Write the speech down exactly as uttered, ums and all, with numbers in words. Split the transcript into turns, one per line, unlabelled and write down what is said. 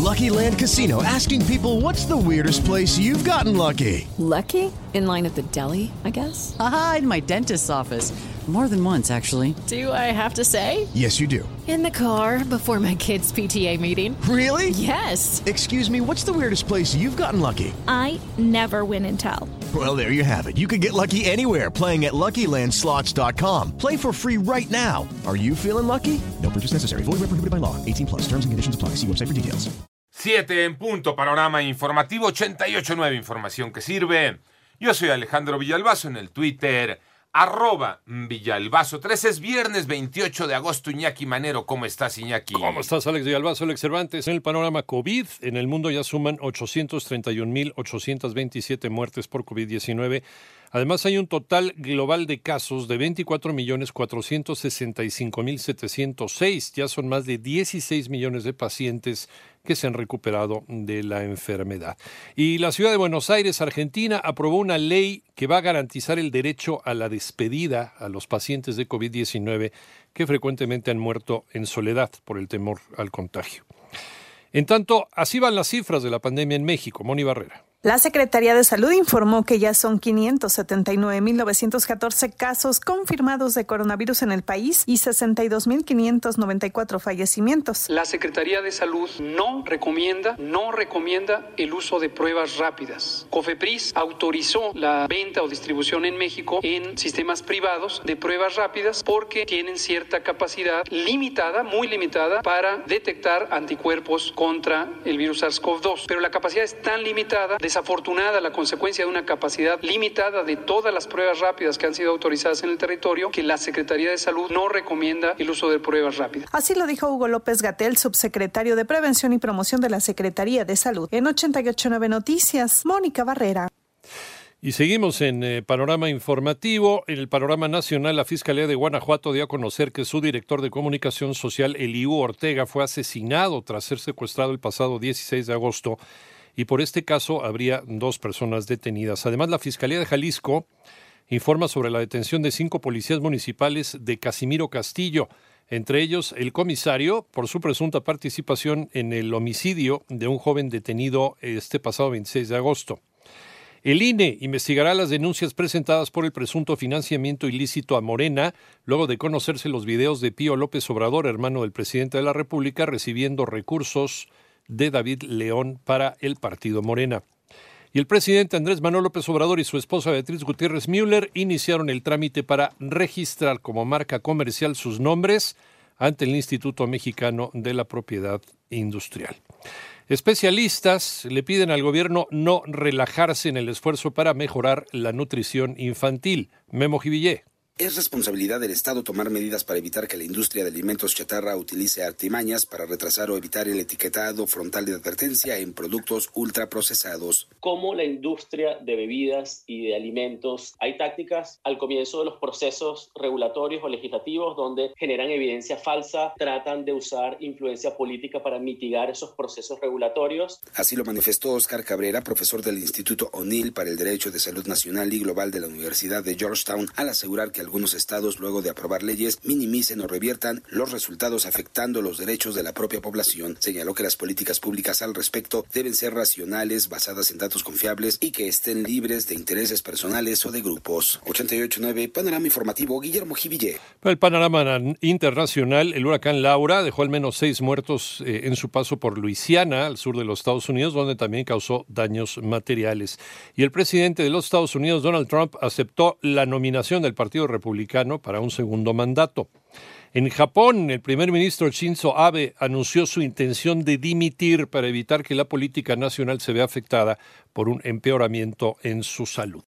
Lucky Land Casino, asking people, what's the weirdest place you've gotten lucky?
Lucky? In line at the deli, I guess?
Aha, in my dentist's office. More than once, actually.
Do I have to say?
Yes, you do.
In the car before my kids' P T A meeting.
Really?
Yes.
Excuse me, what's the weirdest place you've gotten lucky?
I never win and tell.
Well, there you have it. You can get lucky anywhere, playing at Lucky Land Slots dot com. Play for free right now. Are you feeling lucky? No purchase necessary. Void where prohibited by law. eighteen plus. Terms and conditions apply. See website for details.
Siete en punto, panorama informativo ochenta y ocho punto nueve, información que sirve. Yo soy Alejandro Villalbazo en el Twitter, arroba Villalbazo tres. Es viernes veintiocho de agosto. Iñaki Manero, ¿cómo estás, Iñaki?
¿Cómo estás, Alex Villalbazo? Alex Cervantes. En el panorama COVID, en el mundo ya suman ochocientos treinta y un mil ochocientos veintisiete muertes por COVID diecinueve. Además, hay un total global de casos de veinticuatro millones cuatrocientos sesenta y cinco mil setecientos seis. Ya son más de dieciséis millones de pacientes que se han recuperado de la enfermedad. Y la ciudad de Buenos Aires, Argentina, aprobó una ley que va a garantizar el derecho a la despedida a los pacientes de COVID diecinueve que frecuentemente han muerto en soledad por el temor al contagio. En tanto, así van las cifras de la pandemia en México. Moni Barrera.
La Secretaría de Salud informó que ya son quinientos setenta y nueve mil novecientos catorce casos confirmados de coronavirus en el país y sesenta y dos mil quinientos noventa y cuatro fallecimientos.
La Secretaría de Salud no recomienda, no recomienda el uso de pruebas rápidas. COFEPRIS autorizó la venta o distribución en México en sistemas privados de pruebas rápidas porque tienen cierta capacidad limitada, muy limitada, para detectar anticuerpos contra el virus SARS-CoV dos. Pero la capacidad es tan limitada, desafortunada la consecuencia de una capacidad limitada de todas las pruebas rápidas que han sido autorizadas en el territorio, que la Secretaría de Salud no recomienda el uso de pruebas rápidas.
Así lo dijo Hugo López-Gatell, subsecretario de Prevención y Promoción de la Secretaría de Salud. En ochenta y ocho punto nueve Noticias, Mónica Barrera.
Y seguimos en eh, panorama informativo. En el panorama nacional, la Fiscalía de Guanajuato dio a conocer que su director de comunicación social, Eliú Ortega, fue asesinado tras ser secuestrado el pasado dieciséis de agosto. Y por este caso habría dos personas detenidas. Además, la Fiscalía de Jalisco informa sobre la detención de cinco policías municipales de Casimiro Castillo, entre ellos el comisario por su presunta participación en el homicidio de un joven detenido este pasado veintiséis de agosto. El I N E investigará las denuncias presentadas por el presunto financiamiento ilícito a Morena, luego de conocerse los videos de Pío López Obrador, hermano del presidente de la República, recibiendo recursos de David León para el partido Morena. Y el presidente Andrés Manuel López Obrador y su esposa Beatriz Gutiérrez Müller iniciaron el trámite para registrar como marca comercial sus nombres ante el Instituto Mexicano de la Propiedad Industrial. Especialistas le piden al gobierno no relajarse en el esfuerzo para mejorar la nutrición infantil. Memo Jivillé.
Es responsabilidad del Estado tomar medidas para evitar que la industria de alimentos chatarra utilice artimañas para retrasar o evitar el etiquetado frontal de advertencia en productos ultraprocesados.
Como la industria de bebidas y de alimentos, hay tácticas al comienzo de los procesos regulatorios o legislativos donde generan evidencia falsa, tratan de usar influencia política para mitigar esos procesos regulatorios.
Así lo manifestó Oscar Cabrera, profesor del Instituto O'Neill para el Derecho de Salud Nacional y Global de la Universidad de Georgetown, al asegurar que algunos estados, luego de aprobar leyes, minimicen o reviertan los resultados afectando los derechos de la propia población. Señaló que las políticas públicas al respecto deben ser racionales, basadas en datos confiables y que estén libres de intereses personales o de grupos. ochenta y ocho punto nueve, Panorama Informativo, Guillermo Jivillé.
Para el panorama internacional, el huracán Laura dejó al menos seis muertos eh, en su paso por Luisiana, al sur de los Estados Unidos, donde también causó daños materiales. Y el presidente de los Estados Unidos, Donald Trump, aceptó la nominación del Partido Republicano para un segundo mandato. En Japón, el primer ministro Shinzo Abe anunció su intención de dimitir para evitar que la política nacional se vea afectada por un empeoramiento en su salud.